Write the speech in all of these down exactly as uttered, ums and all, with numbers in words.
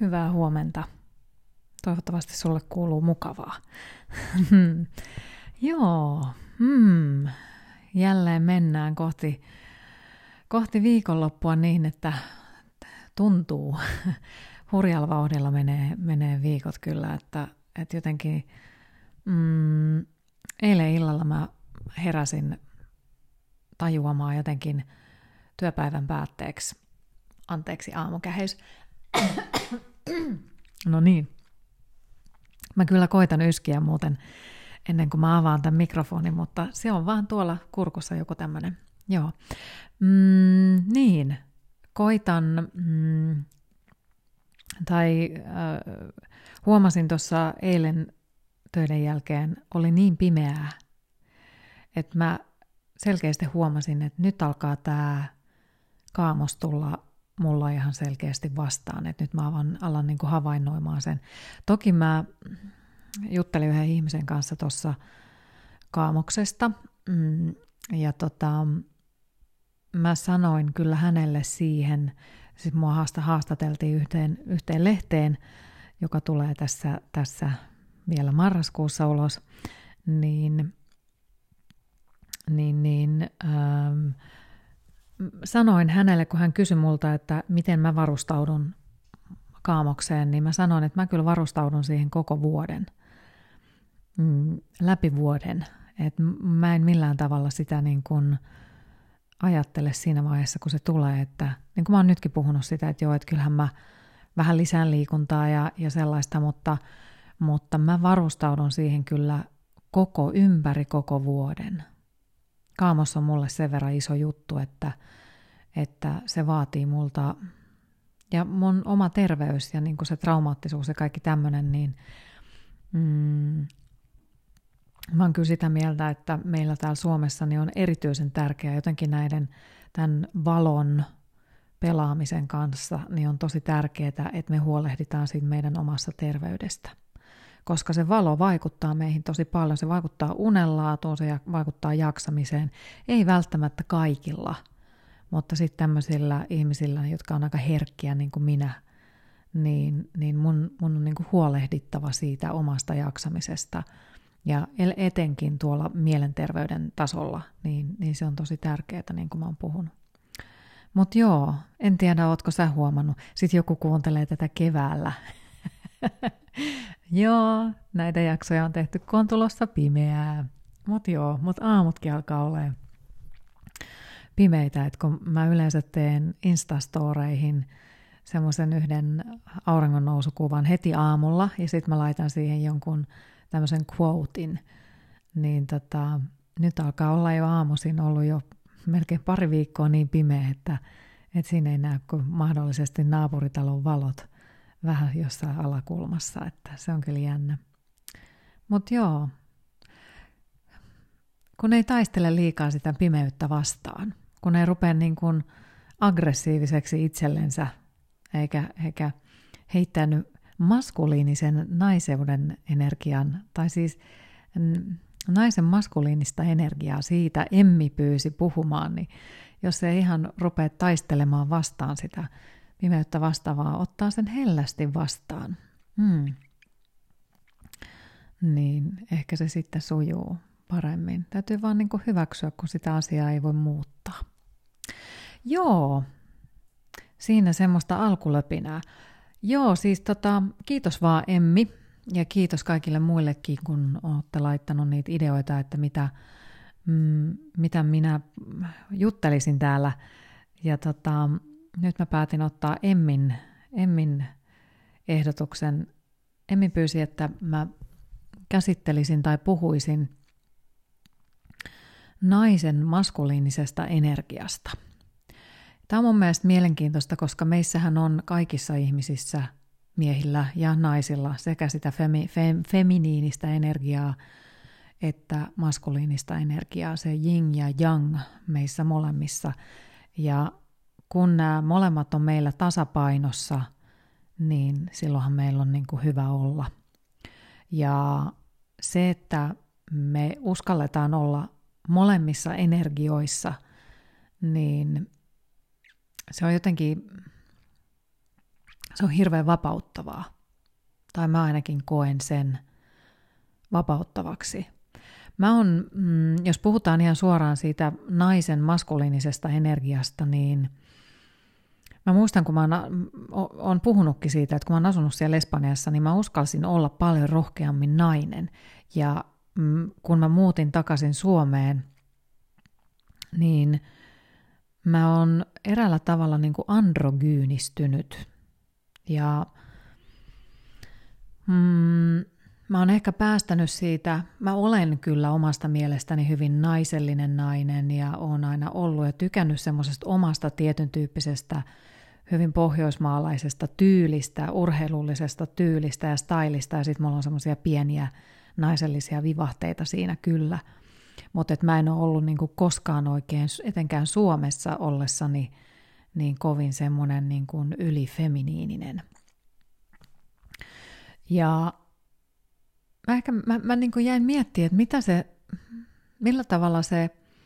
Hyvää huomenta. Toivottavasti sulle kuuluu mukavaa. Joo, hmm. jälleen mennään kohti, kohti viikonloppua niin, että tuntuu. Hurjalla vauhdilla menee, menee viikot kyllä, että, että jotenkin mm, eilen illalla mä heräsin tajuamaan jotenkin työpäivän päätteeksi. Anteeksi aamukäheys. No niin. Mä kyllä koitan yskiä muuten ennen kuin mä avaan tämän mikrofonin, mutta se on vaan tuolla kurkussa joku tämmönen. Joo. Mm, niin. Koitan, mm, tai äh, huomasin tuossa eilen töiden jälkeen, oli niin pimeää, että mä selkeästi huomasin, että nyt alkaa tää kaamos tulla mulla ihan selkeästi vastaan, että nyt mä vaan alan niin kuin havainnoimaan sen. Toki mä juttelin yhden ihmisen kanssa tuossa kaamoksesta, ja tota, mä sanoin kyllä hänelle siihen, siis mua haasta, haastateltiin yhteen, yhteen lehteen, joka tulee tässä, tässä vielä marraskuussa ulos, niin, niin, niin ähm, sanoin hänelle, kun hän kysyi multa, että miten mä varustaudun kaamokseen, niin mä sanoin, että mä kyllä varustaudun siihen koko vuoden, mm, läpi vuoden. Et mä en millään tavalla sitä niin kuin ajattele siinä vaiheessa, kun se tulee, että niin kuin mä oon nytkin puhunut sitä, että joo, että kyllähän mä vähän lisään liikuntaa ja, ja sellaista, mutta, mutta mä varustaudun siihen kyllä koko ympäri koko vuoden. Kaamos on mulle sen verran iso juttu, että, että se vaatii multa, ja mun oma terveys ja niin kuin se traumaattisuus ja kaikki tämmöinen, niin mm, mä oon kyllä sitä mieltä, että meillä täällä Suomessa niin on erityisen tärkeää jotenkin näiden tämän valon pelaamisen kanssa, niin on tosi tärkeää, että me huolehditaan siitä meidän omassa terveydestä. Koska se valo vaikuttaa meihin tosi paljon, se vaikuttaa unenlaatuun, se vaikuttaa jaksamiseen, ei välttämättä kaikilla, mutta sitten tämmöisillä ihmisillä, jotka on aika herkkiä niin kuin minä, niin, niin mun, mun on niin kuin huolehdittava siitä omasta jaksamisesta. Ja etenkin tuolla mielenterveyden tasolla, niin, niin se on tosi tärkeää, niin kuin mä oon puhunut. Mutta joo, en tiedä, ootko sä huomannut, sitten joku kuuntelee tätä keväällä. Joo, näitä jaksoja on tehty, kun on tulossa pimeää. Mutta joo, mutta aamutkin alkaa olemaan pimeitä, että kun mä yleensä teen Instastoreihin semmoisen yhden auringonnousukuvan heti aamulla, ja sitten mä laitan siihen jonkun tämmöisen quotein, niin tota, nyt alkaa olla jo aamuisin ollut jo melkein pari viikkoa niin pimeä, että, että siinä ei näy kuin mahdollisesti naapuritalon valot vähän jossain alakulmassa, että se on kyllä jännä. Mutta joo, kun ei taistele liikaa sitä pimeyttä vastaan, kun ei rupea niin kuin aggressiiviseksi itsellensä, eikä, eikä heittänyt maskuliinisen naiseuden energian, tai siis naisen maskuliinista energiaa siitä Emmi pyysi puhumaan, niin jos ei ihan rupea taistelemaan vastaan sitä pimeyttä vastaavaa, ottaa sen hellästi vastaan, hmm. niin ehkä se sitten sujuu paremmin. Täytyy vaan niin kuin hyväksyä, kun sitä asiaa ei voi muuttaa. Joo, siinä semmoista alkulöpinää. Joo, siis tota, kiitos vaan Emmi ja kiitos kaikille muillekin, kun olette laittanut niitä ideoita, että mitä, mm, mitä minä juttelisin täällä. Ja tota, nyt mä päätin ottaa Emmin, Emmin ehdotuksen. Emmi pyysi, että mä käsittelisin tai puhuisin naisen maskuliinisesta energiasta. Tämä on mun mielestä mielenkiintoista, koska meissähän on kaikissa ihmisissä, miehillä ja naisilla, sekä sitä femi, fem, feminiinistä energiaa että maskuliinista energiaa, se yin ja yang meissä molemmissa. Ja kun nämä molemmat on meillä tasapainossa, niin silloinhan meillä on niin kuin hyvä olla. Ja se, että me uskalletaan olla molemmissa energioissa, niin se on jotenkin se on hirveän vapauttavaa. Tai mä ainakin koen sen vapauttavaksi. Mä on, mm, jos puhutaan ihan suoraan siitä naisen maskuliinisesta energiasta, niin mä muistan, kun mä oon, oon puhunutkin siitä, että kun mä oon asunut siellä Espanjassa, niin mä uskalsin olla paljon rohkeammin nainen. Ja mm, kun mä muutin takaisin Suomeen, niin mä oon eräällä tavalla niin kuin androgyynistynyt. Ja mm, mä oon ehkä päästänyt siitä, mä olen kyllä omasta mielestäni hyvin naisellinen nainen ja oon aina ollut ja tykännyt semmoisesta omasta tietyn tyyppisestä, hyvin pohjoismaalaisesta tyylistä, urheilullisesta tyylistä ja stylista ja sitten mulla on semmoisia pieniä naisellisia vivahteita siinä kyllä. Mutta mä en ole ollut niinku koskaan oikein, etenkään Suomessa ollessani, niin kovin semmoinen niinku ylifeminiininen. Ja mä ehkä mä, mä niinku jäin miettimään, että mitä se, millä tavalla se,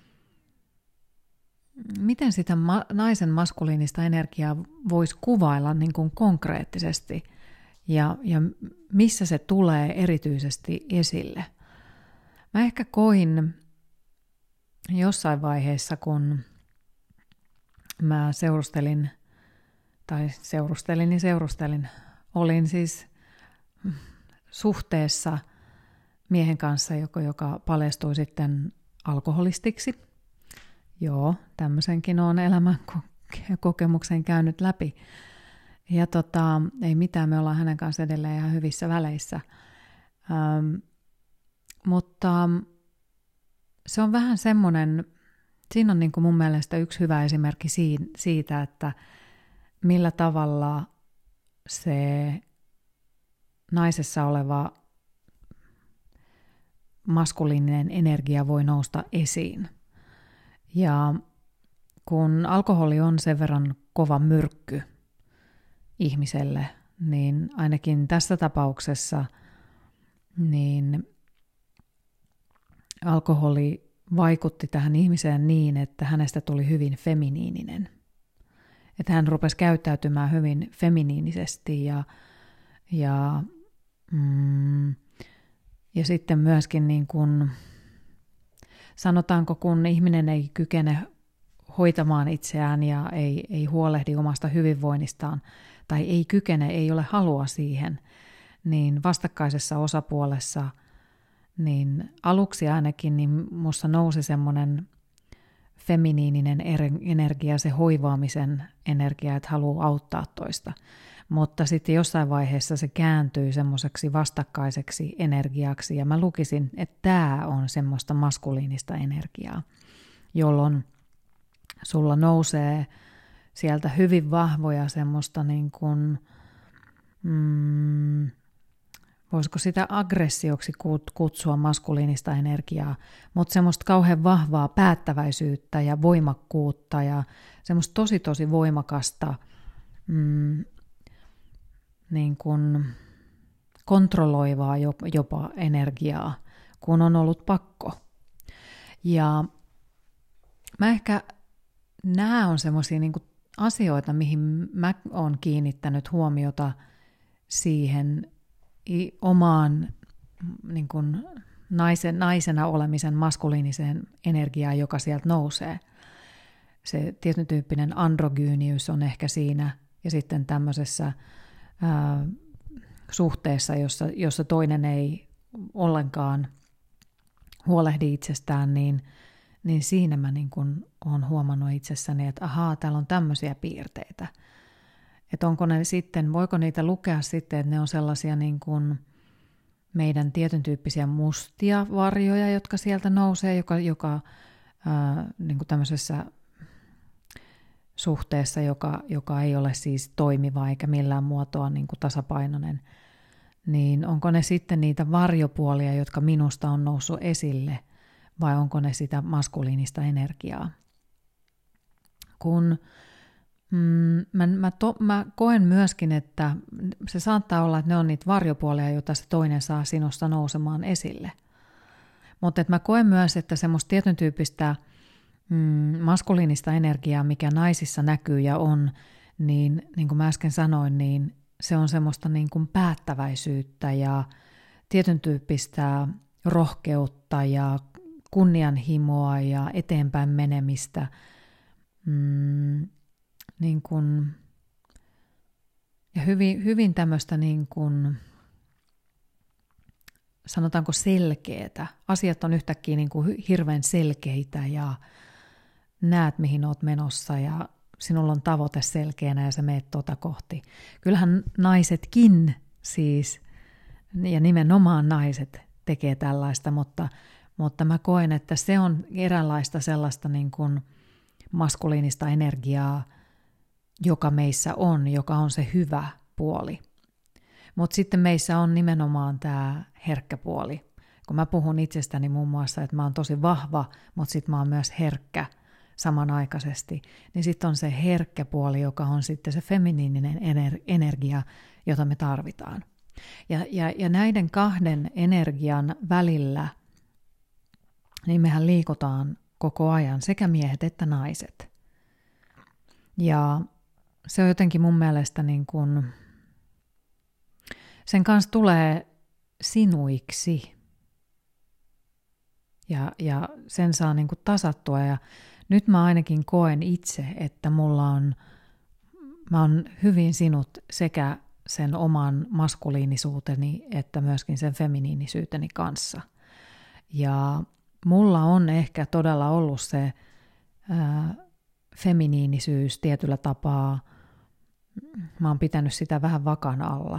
miten sitä ma, naisen maskuliinista energiaa voisi kuvailla niinku konkreettisesti ja, ja missä se tulee erityisesti esille. Mä ehkä koin jossain vaiheessa, kun mä seurustelin, tai seurustelin ja seurustelin, olin siis suhteessa miehen kanssa, joka, joka paljastui sitten alkoholistiksi. Joo, tämmöisenkin olen elämän kokemuksen käynyt läpi. Ja tota, ei mitään, me ollaan hänen kanssa edelleen ihan hyvissä väleissä. Ähm, mutta se on vähän semmoinen, siinä on niin kuin mun mielestä yksi hyvä esimerkki siitä, että millä tavalla se naisessa oleva maskuliininen energia voi nousta esiin. Ja kun alkoholi on sen verran kova myrkky ihmiselle, niin ainakin tässä tapauksessa niin alkoholi vaikutti tähän ihmiseen niin, että hänestä tuli hyvin feminiininen. Että hän rupesi käyttäytymään hyvin feminiinisesti ja, ja, mm, ja sitten myöskin niin kuin, sanotaanko, kun ihminen ei kykene hoitamaan itseään ja ei, ei huolehdi omasta hyvinvoinnistaan tai ei kykene, ei ole halua siihen, niin vastakkaisessa osapuolessa niin aluksi ainakin niin musta nousi semmoinen feminiininen energia, se hoivaamisen energia, että haluaa auttaa toista. Mutta sitten jossain vaiheessa se kääntyi semmoiseksi vastakkaiseksi energiaksi ja mä lukisin, että tämä on semmoista maskuliinista energiaa, jolloin sulla nousee sieltä hyvin vahvoja semmoista niin kuin, mm, voisiko sitä aggressioksi kutsua maskuliinista energiaa, mutta semmoista kauhean vahvaa päättäväisyyttä ja voimakkuutta ja semmoista tosi tosi voimakasta mm, niin kuin kontrolloivaa jopa energiaa, kun on ollut pakko. Ja mä ehkä nämä on semmoisia niin kuin asioita, mihin mä oon kiinnittänyt huomiota siihen omaan niin kuin naisen, naisena olemisen maskuliiniseen energiaan, joka sieltä nousee. Se tietyn tyyppinen androgyyniys on ehkä siinä, ja sitten tämmöisessä ää, suhteessa, jossa, jossa toinen ei ollenkaan huolehdi itsestään, niin, niin siinä mä niin kuin olen huomannut itsessäni, että ahaa, täällä on tämmöisiä piirteitä. Että onko ne sitten, voiko niitä lukea sitten, että ne on sellaisia niin kuin meidän tietyn tyyppisiä mustia varjoja, jotka sieltä nousee, joka, joka ää, niin kuin tämmöisessä suhteessa, joka, joka ei ole siis toimiva eikä millään muotoa niin kuin tasapainoinen, niin onko ne sitten niitä varjopuolia, jotka minusta on noussut esille, vai onko ne sitä maskuliinista energiaa? Kun mm, mä, mä, to, mä koen myöskin, että se saattaa olla, että ne on niitä varjopuolia, joita se toinen saa sinusta nousemaan esille. Mutta mä koen myös, että semmoista tietyn tyyppistä mm, maskuliinista energiaa, mikä naisissa näkyy ja on, niin niin kuin mä äsken sanoin, niin se on semmoista niin kuin päättäväisyyttä ja tietyn tyyppistä rohkeutta ja kunnianhimoa ja eteenpäin menemistä. Mm, niin kuin, ja hyvin, hyvin tämmöistä niin kuin, sanotaanko selkeätä. Asiat on yhtäkkiä niin kuin hirveän selkeitä ja näet mihin oot menossa ja sinulla on tavoite selkeänä ja sä meet tuota kohti. Kyllähän naisetkin siis, ja nimenomaan naiset tekee tällaista, mutta, mutta mä koen, että se on eräänlaista sellaista niin kuin maskuliinista energiaa, joka meissä on, joka on se hyvä puoli. Mutta sitten meissä on nimenomaan tämä herkkä puoli. Kun mä puhun itsestäni muun muassa, että mä oon tosi vahva, mutta sitten mä oon myös herkkä samanaikaisesti, niin sitten on se herkkä puoli, joka on sitten se feminiininen ener- energia, jota me tarvitaan. Ja, ja, ja näiden kahden energian välillä, niin mehän liikutaan koko ajan, sekä miehet että naiset. Ja se on jotenkin mun mielestä niin kuin, sen kanssa tulee sinuiksi. Ja, ja sen saa niin kuin tasattua. Ja nyt mä ainakin koen itse, että mulla on, mä oon hyvin sinut sekä sen oman maskuliinisuuteni että myöskin sen feminiinisyyteni kanssa. Ja mulla on ehkä todella ollut se ää, feminiinisyys tietyllä tapaa. Mä oon pitänyt sitä vähän vakan alla.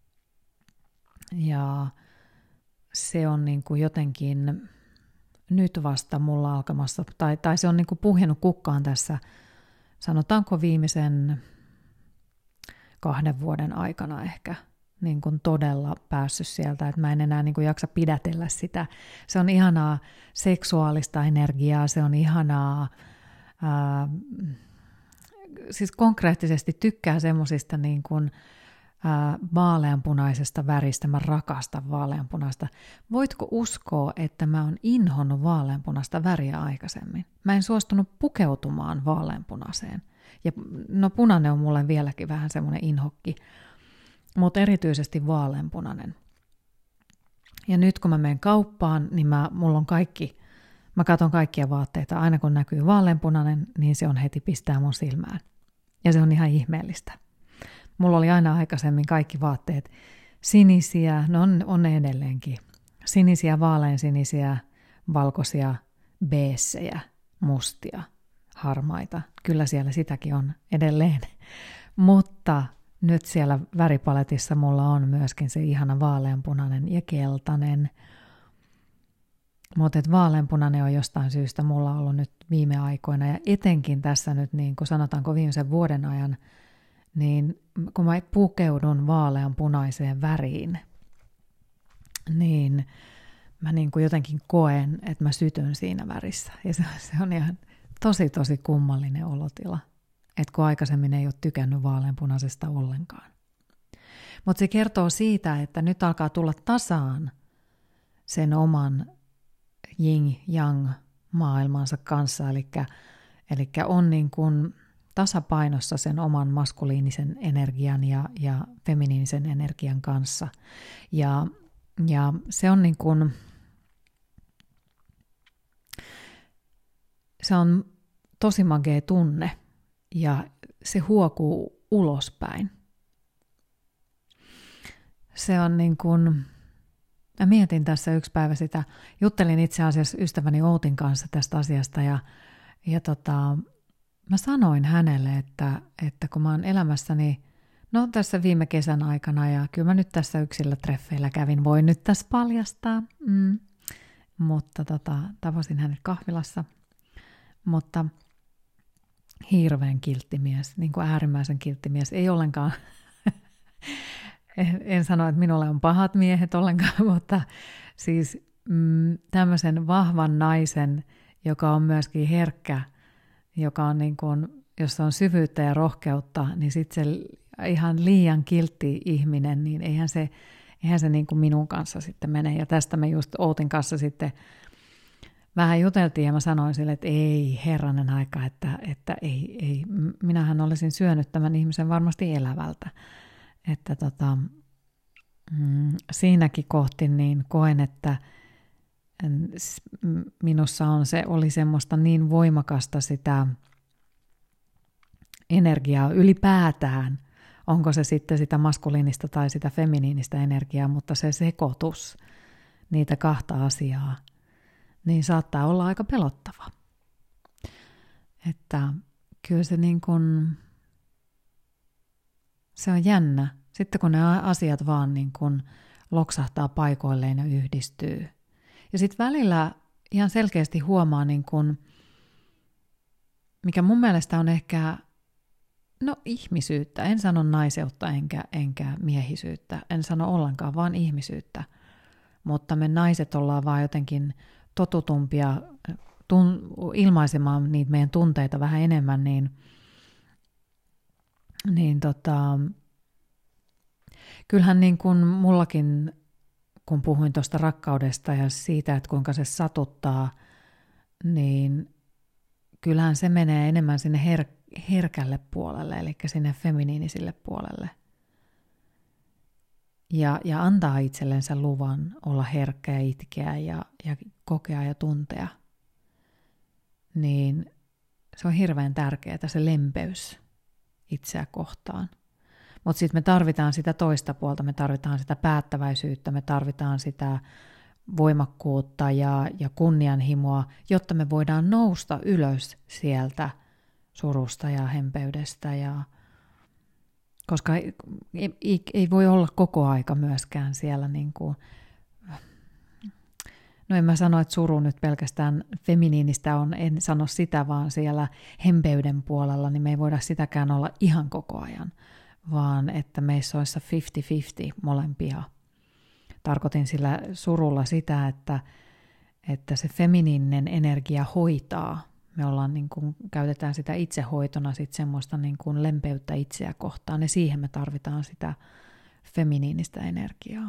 Ja se on niin kuin jotenkin nyt vasta mulla alkamassa, tai, tai se on niin kuin puhjennut kukkaan tässä, sanotaanko viimeisen kahden vuoden aikana ehkä niin kuin todella päässyt sieltä, että mä en enää niin kuin jaksa pidätellä sitä. Se on ihanaa seksuaalista energiaa, se on ihanaa, ää, siis konkreettisesti tykkää semmosista niin kuin ää, vaaleanpunaisesta väristä, mä rakastan vaaleanpunaista. Voitko uskoa, että mä oon inhonnut vaaleanpunaista väriä aikaisemmin? Mä en suostunut pukeutumaan vaaleanpunaiseen. Ja no punainen on mulle vieläkin vähän semmoinen inhokki, mutta erityisesti vaaleanpunainen. Ja nyt kun mä menen kauppaan, niin mä, mulla on kaikki, mä katson kaikkia vaatteita. Aina kun näkyy vaaleanpunainen, niin se on heti pistää mun silmään. Ja se on ihan ihmeellistä. Mulla oli aina aikaisemmin kaikki vaatteet sinisiä, no on, on ne edelleenkin. Sinisiä, vaaleansinisiä, valkoisia, beessejä, mustia, harmaita. Kyllä siellä sitäkin on edelleen. Mutta nyt siellä väripaletissa mulla on myöskin se ihana vaaleanpunainen ja keltainen. Mutta vaaleanpunainen on jostain syystä mulla ollut nyt viime aikoina ja etenkin tässä nyt niin kuin sanotaanko viimeisen vuoden ajan, niin kun mä pukeudun vaaleanpunaiseen väriin, niin mä niin kuin jotenkin koen, että mä sytyn siinä värissä. Ja se, se on ihan tosi tosi kummallinen olotila, että kun aikaisemmin ei ole tykännyt vaaleanpunaisesta ollenkaan. Mutta se kertoo siitä, että nyt alkaa tulla tasaan sen oman yin-yang maailmansa kanssa, eli, eli on niin kuin tasapainossa sen oman maskuliinisen energian ja, ja feminiinisen energian kanssa. Ja, ja se on niin kuin, se on tosi magea tunne ja se huokuu ulospäin. Se on niin kuin, mä mietin tässä yksi päivä sitä, juttelin itse asiassa ystäväni Outin kanssa tästä asiasta ja, ja tota, mä sanoin hänelle, että, että kun mä oon elämässäni, no tässä viime kesän aikana ja kyllä mä nyt tässä yksillä treffeillä kävin, voin nyt tässä paljastaa, mm. mutta tota, tavasin hänet kahvilassa, mutta hirveän kilttimies, niin kuin äärimmäisen kilttimies, ei ollenkaan, en, en sano, että minulle on pahat miehet ollenkaan, mutta siis mm, tämmöisen vahvan naisen, joka on myöskin herkkä, joka on niin kuin, jossa on syvyyttä ja rohkeutta, niin sitten se ihan liian kiltti ihminen, niin eihän se, eihän se niin kuin minun kanssa sitten mene. Ja tästä me just Outin kanssa sitten vähän juteltiin ja mä sanoin sille, että ei herranen aika, että, että ei, ei, minähän olisin syönyt tämän ihmisen varmasti elävältä. Että tota, mm, siinäkin kohti niin koen, että minussa on se, oli semmoista niin voimakasta sitä energiaa ylipäätään, onko se sitten sitä maskuliinista tai sitä feminiinistä energiaa, mutta se sekoitus, niitä kahta asiaa, niin saattaa olla aika pelottava. Että kyllä se niin kuin, se on jännä. Sitten kun ne asiat vaan niin kuin loksahtaa paikoilleen ja yhdistyy. Ja sitten välillä ihan selkeästi huomaa, niin kuin, mikä mun mielestä on ehkä, no ihmisyyttä. En sano naiseutta enkä, enkä miehisyyttä. En sano ollenkaan, vaan ihmisyyttä. Mutta me naiset ollaan vaan jotenkin totutumpia tun, ilmaisemaan niitä meidän tunteita vähän enemmän, niin, niin tota, kyllähän niin kuin mullakin, kun puhuin tuosta rakkaudesta ja siitä, että kuinka se satuttaa, niin kyllähän se menee enemmän sinne her- herkälle puolelle, eli sinne feminiinisille puolelle. Ja, ja antaa itsellensä luvan olla herkkä ja itkeä ja, ja kokea ja tuntea. Niin se on hirveän tärkeää, se lempeys itseä kohtaan. Mutta sitten me tarvitaan sitä toista puolta, me tarvitaan sitä päättäväisyyttä, me tarvitaan sitä voimakkuutta ja, ja kunnianhimoa, jotta me voidaan nousta ylös sieltä surusta ja hempeydestä. Ja, koska ei, ei, ei voi olla koko aika myöskään siellä, niin kuin, no en mä sano, että suru nyt pelkästään feminiinistä on, en sano sitä, vaan siellä hempeyden puolella, niin me ei voida sitäkään olla ihan koko ajan, vaan että meissä olisi viisikymmentä viisikymmentä molempia. Tarkoitin sillä surulla sitä, että, että se feminiininen energia hoitaa. Me ollaan niin kuin, käytetään sitä itsehoitona sit semmoista niin kuin lempeyttä itseä kohtaan, ja siihen me tarvitaan sitä feminiinistä energiaa.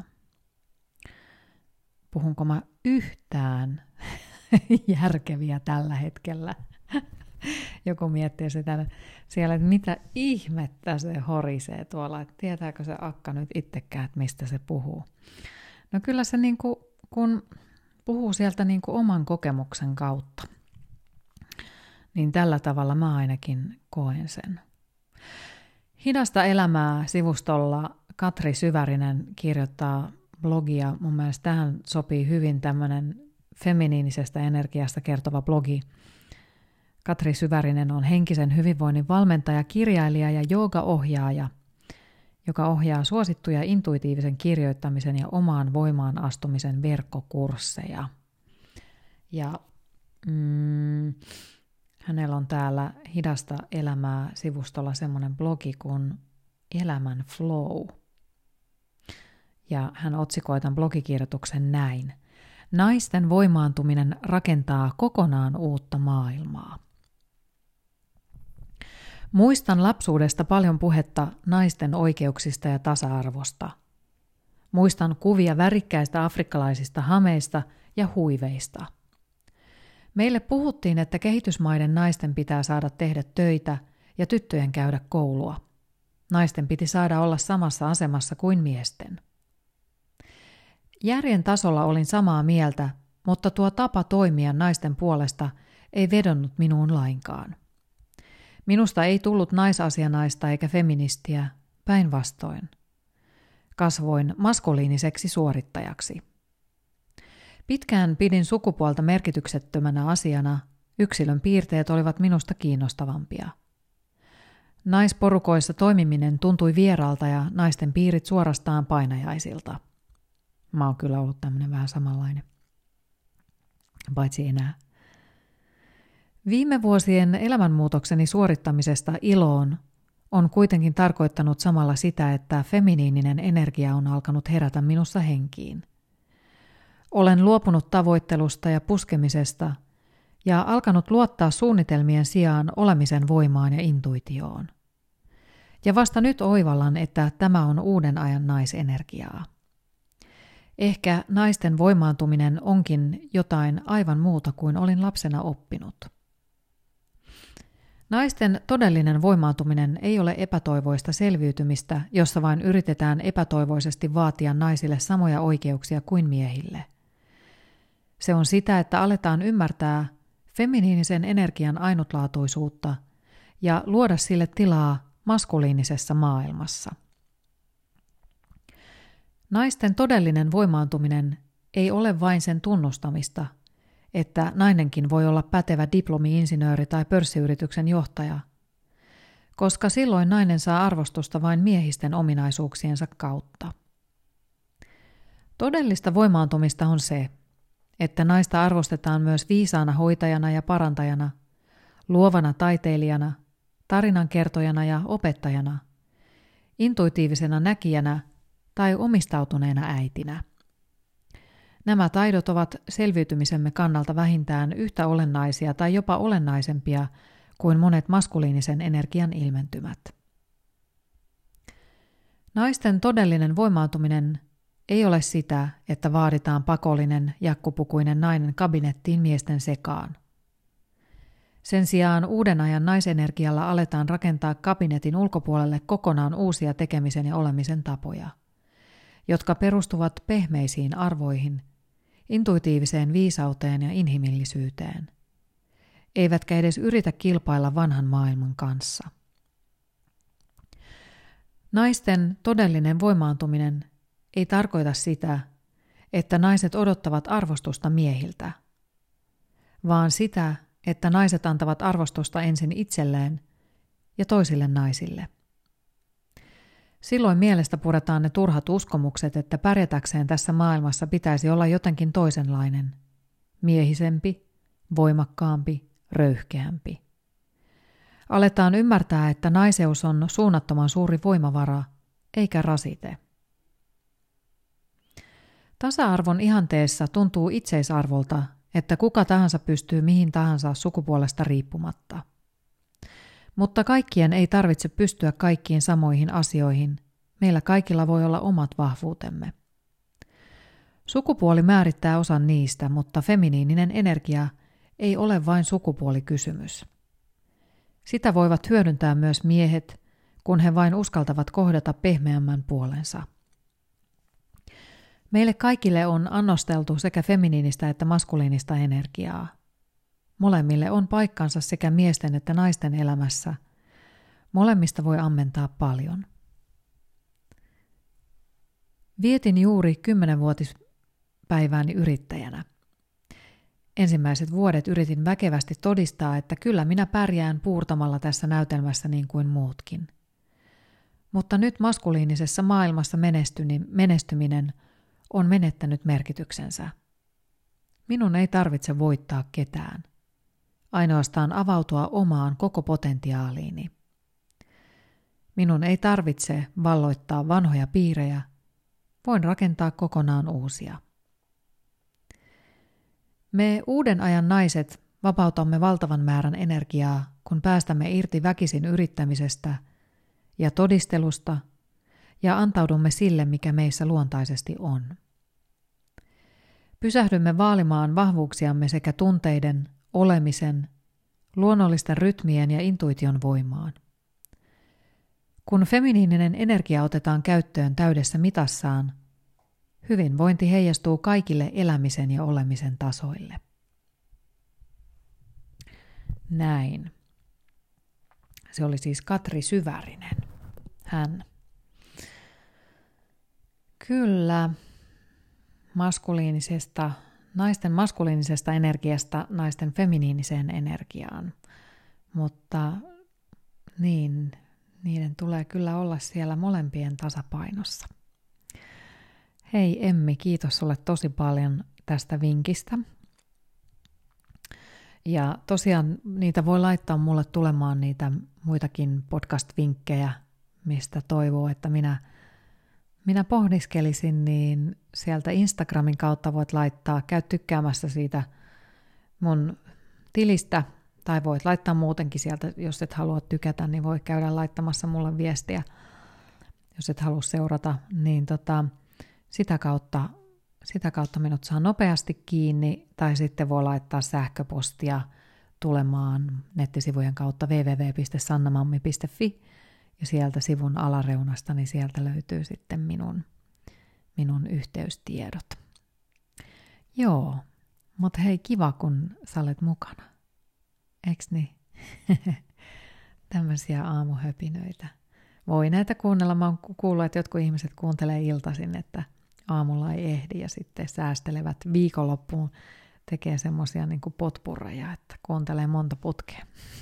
Puhunko mä yhtään järkeviä tällä hetkellä? Joku miettii sitä siellä, että mitä ihmettä se horisee tuolla, että tietääkö se akka nyt itsekään, että mistä se puhuu. No kyllä se niin kuin, kun puhuu sieltä niin kuin oman kokemuksen kautta, niin tällä tavalla mä ainakin koen sen. Hidasta elämää -sivustolla Katri Syvärinen kirjoittaa blogia. Mun mielestä tähän sopii hyvin tämmöinen feminiinisestä energiasta kertova blogi. Katri Syvärinen on henkisen hyvinvoinnin valmentaja, kirjailija ja joogaohjaaja, joka ohjaa suosittuja intuitiivisen kirjoittamisen ja omaan voimaan astumisen verkkokursseja. Ja mm, hänellä on täällä Hidasta elämää -sivustolla semmoinen blogi kuin Elämän Flow. Ja hän otsikoi tämän blogikirjoituksen näin. Naisten voimaantuminen rakentaa kokonaan uutta maailmaa. Muistan lapsuudesta paljon puhetta naisten oikeuksista ja tasa-arvosta. Muistan kuvia värikkäistä afrikkalaisista hameista ja huiveista. Meille puhuttiin, että kehitysmaiden naisten pitää saada tehdä töitä ja tyttöjen käydä koulua. Naisten piti saada olla samassa asemassa kuin miesten. Järjen tasolla olin samaa mieltä, mutta tuo tapa toimia naisten puolesta ei vedonnut minuun lainkaan. Minusta ei tullut naisasianaista eikä feministiä, päinvastoin. Kasvoin maskuliiniseksi suorittajaksi. Pitkään pidin sukupuolta merkityksettömänä asiana, yksilön piirteet olivat minusta kiinnostavampia. Naisporukoissa toimiminen tuntui vieraalta ja naisten piirit suorastaan painajaisilta. Mä oon kyllä ollut tämmönen vähän samanlainen. Paitsi enää. Viime vuosien elämänmuutokseni suorittamisesta iloon on kuitenkin tarkoittanut samalla sitä, että feminiininen energia on alkanut herätä minussa henkiin. Olen luopunut tavoittelusta ja puskemisesta ja alkanut luottaa suunnitelmien sijaan olemisen voimaan ja intuitioon. Ja vasta nyt oivallan, että tämä on uuden ajan naisenergiaa. Ehkä naisten voimaantuminen onkin jotain aivan muuta kuin olin lapsena oppinut. Naisten todellinen voimaantuminen ei ole epätoivoista selviytymistä, jossa vain yritetään epätoivoisesti vaatia naisille samoja oikeuksia kuin miehille. Se on sitä, että aletaan ymmärtää feminiinisen energian ainutlaatuisuutta ja luoda sille tilaa maskuliinisessa maailmassa. Naisten todellinen voimaantuminen ei ole vain sen tunnustamista, että nainenkin voi olla pätevä diplomi-insinööri tai pörssiyrityksen johtaja, koska silloin nainen saa arvostusta vain miehisten ominaisuuksiensa kautta. Todellista voimaantumista on se, että naista arvostetaan myös viisaana hoitajana ja parantajana, luovana taiteilijana, tarinankertojana ja opettajana, intuitiivisena näkijänä tai omistautuneena äitinä. Nämä taidot ovat selviytymisemme kannalta vähintään yhtä olennaisia tai jopa olennaisempia kuin monet maskuliinisen energian ilmentymät. Naisten todellinen voimaantuminen ei ole sitä, että vaaditaan pakollinen jakkupukuinen nainen kabinettiin miesten sekaan. Sen sijaan uuden ajan naisenergialla aletaan rakentaa kabinetin ulkopuolelle kokonaan uusia tekemisen ja olemisen tapoja, jotka perustuvat pehmeisiin arvoihin, intuitiiviseen viisauteen ja inhimillisyyteen, eivätkä edes yritä kilpailla vanhan maailman kanssa. Naisten todellinen voimaantuminen ei tarkoita sitä, että naiset odottavat arvostusta miehiltä, vaan sitä, että naiset antavat arvostusta ensin itselleen ja toisille naisille. Silloin mielestä puretaan ne turhat uskomukset, että pärjätäkseen tässä maailmassa pitäisi olla jotenkin toisenlainen, miehisempi, voimakkaampi, röyhkeämpi. Aletaan ymmärtää, että naiseus on suunnattoman suuri voimavara, eikä rasite. Tasa-arvon ihanteessa tuntuu itseisarvolta, että kuka tahansa pystyy mihin tahansa sukupuolesta riippumatta. Mutta kaikkien ei tarvitse pystyä kaikkiin samoihin asioihin. Meillä kaikilla voi olla omat vahvuutemme. Sukupuoli määrittää osan niistä, mutta feminiininen energia ei ole vain sukupuolikysymys. Sitä voivat hyödyntää myös miehet, kun he vain uskaltavat kohdata pehmeämmän puolensa. Meille kaikille on annosteltu sekä feminiinistä että maskuliinista energiaa. Molemmille on paikkansa sekä miesten että naisten elämässä. Molemmista voi ammentaa paljon. Vietin juuri kymmenvuotispäivääni yrittäjänä. Ensimmäiset vuodet yritin väkevästi todistaa, että kyllä minä pärjään puurtamalla tässä näytelmässä niin kuin muutkin. Mutta nyt maskuliinisessa maailmassa menestyminen on menettänyt merkityksensä. Minun ei tarvitse voittaa ketään. Ainoastaan avautua omaan koko potentiaaliini. Minun ei tarvitse valloittaa vanhoja piirejä. Voin rakentaa kokonaan uusia. Me uuden ajan naiset vapautamme valtavan määrän energiaa, kun päästämme irti väkisin yrittämisestä ja todistelusta ja antaudumme sille, mikä meissä luontaisesti on. Pysähdymme vaalimaan vahvuuksiamme sekä tunteiden, olemisen, luonnollisten rytmien ja intuition voimaan. Kun feminiininen energia otetaan käyttöön täydessä mitassaan, hyvinvointi heijastuu kaikille elämisen ja olemisen tasoille. Näin. Se oli siis Katri Syvärinen. Hän. Kyllä. Maskuliinisesta, naisten maskuliinisesta energiasta naisten feminiiniseen energiaan. Mutta niin, niiden tulee kyllä olla siellä molempien tasapainossa. Hei Emmi, kiitos sulle tosi paljon tästä vinkistä. Ja tosiaan niitä voi laittaa mulle tulemaan niitä muitakin podcast-vinkkejä, mistä toivoo, että minä Minä pohdiskelisin, niin sieltä Instagramin kautta voit laittaa, käy tykkäämässä siitä mun tilistä, tai voit laittaa muutenkin sieltä, jos et halua tykätä, niin voi käydä laittamassa mulle viestiä, jos et halua seurata, niin tota, sitä kautta sitä kautta minut saa nopeasti kiinni, tai sitten voi laittaa sähköpostia tulemaan nettisivujen kautta double-u double-u double-u piste sannamammi piste fi, ja sieltä sivun alareunasta, niin sieltä löytyy sitten minun, minun yhteystiedot. Joo, mutta hei, kiva kun sä olet mukana. Eiks niin? Tämmöisiä aamuhöpinöitä. Voi näitä kuunnella. Mä oon kuullut, että jotkut ihmiset kuuntelee iltaisin, että aamulla ei ehdi ja sitten säästelevät viikonloppuun. Tekee semmosia niin kuin potpurreja, että kuuntelee monta putkea.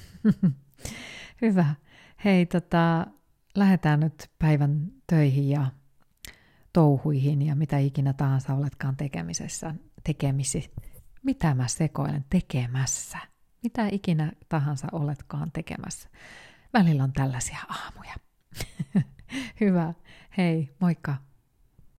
Hyvä. Hei, tota, lähdetään nyt päivän töihin ja touhuihin ja mitä ikinä tahansa oletkaan tekemisessä. Tekemisi. Mitä mä sekoilen tekemässä? Mitä ikinä tahansa oletkaan tekemässä. Välillä on tällaisia aamuja. Hyvä. Hei, moikka.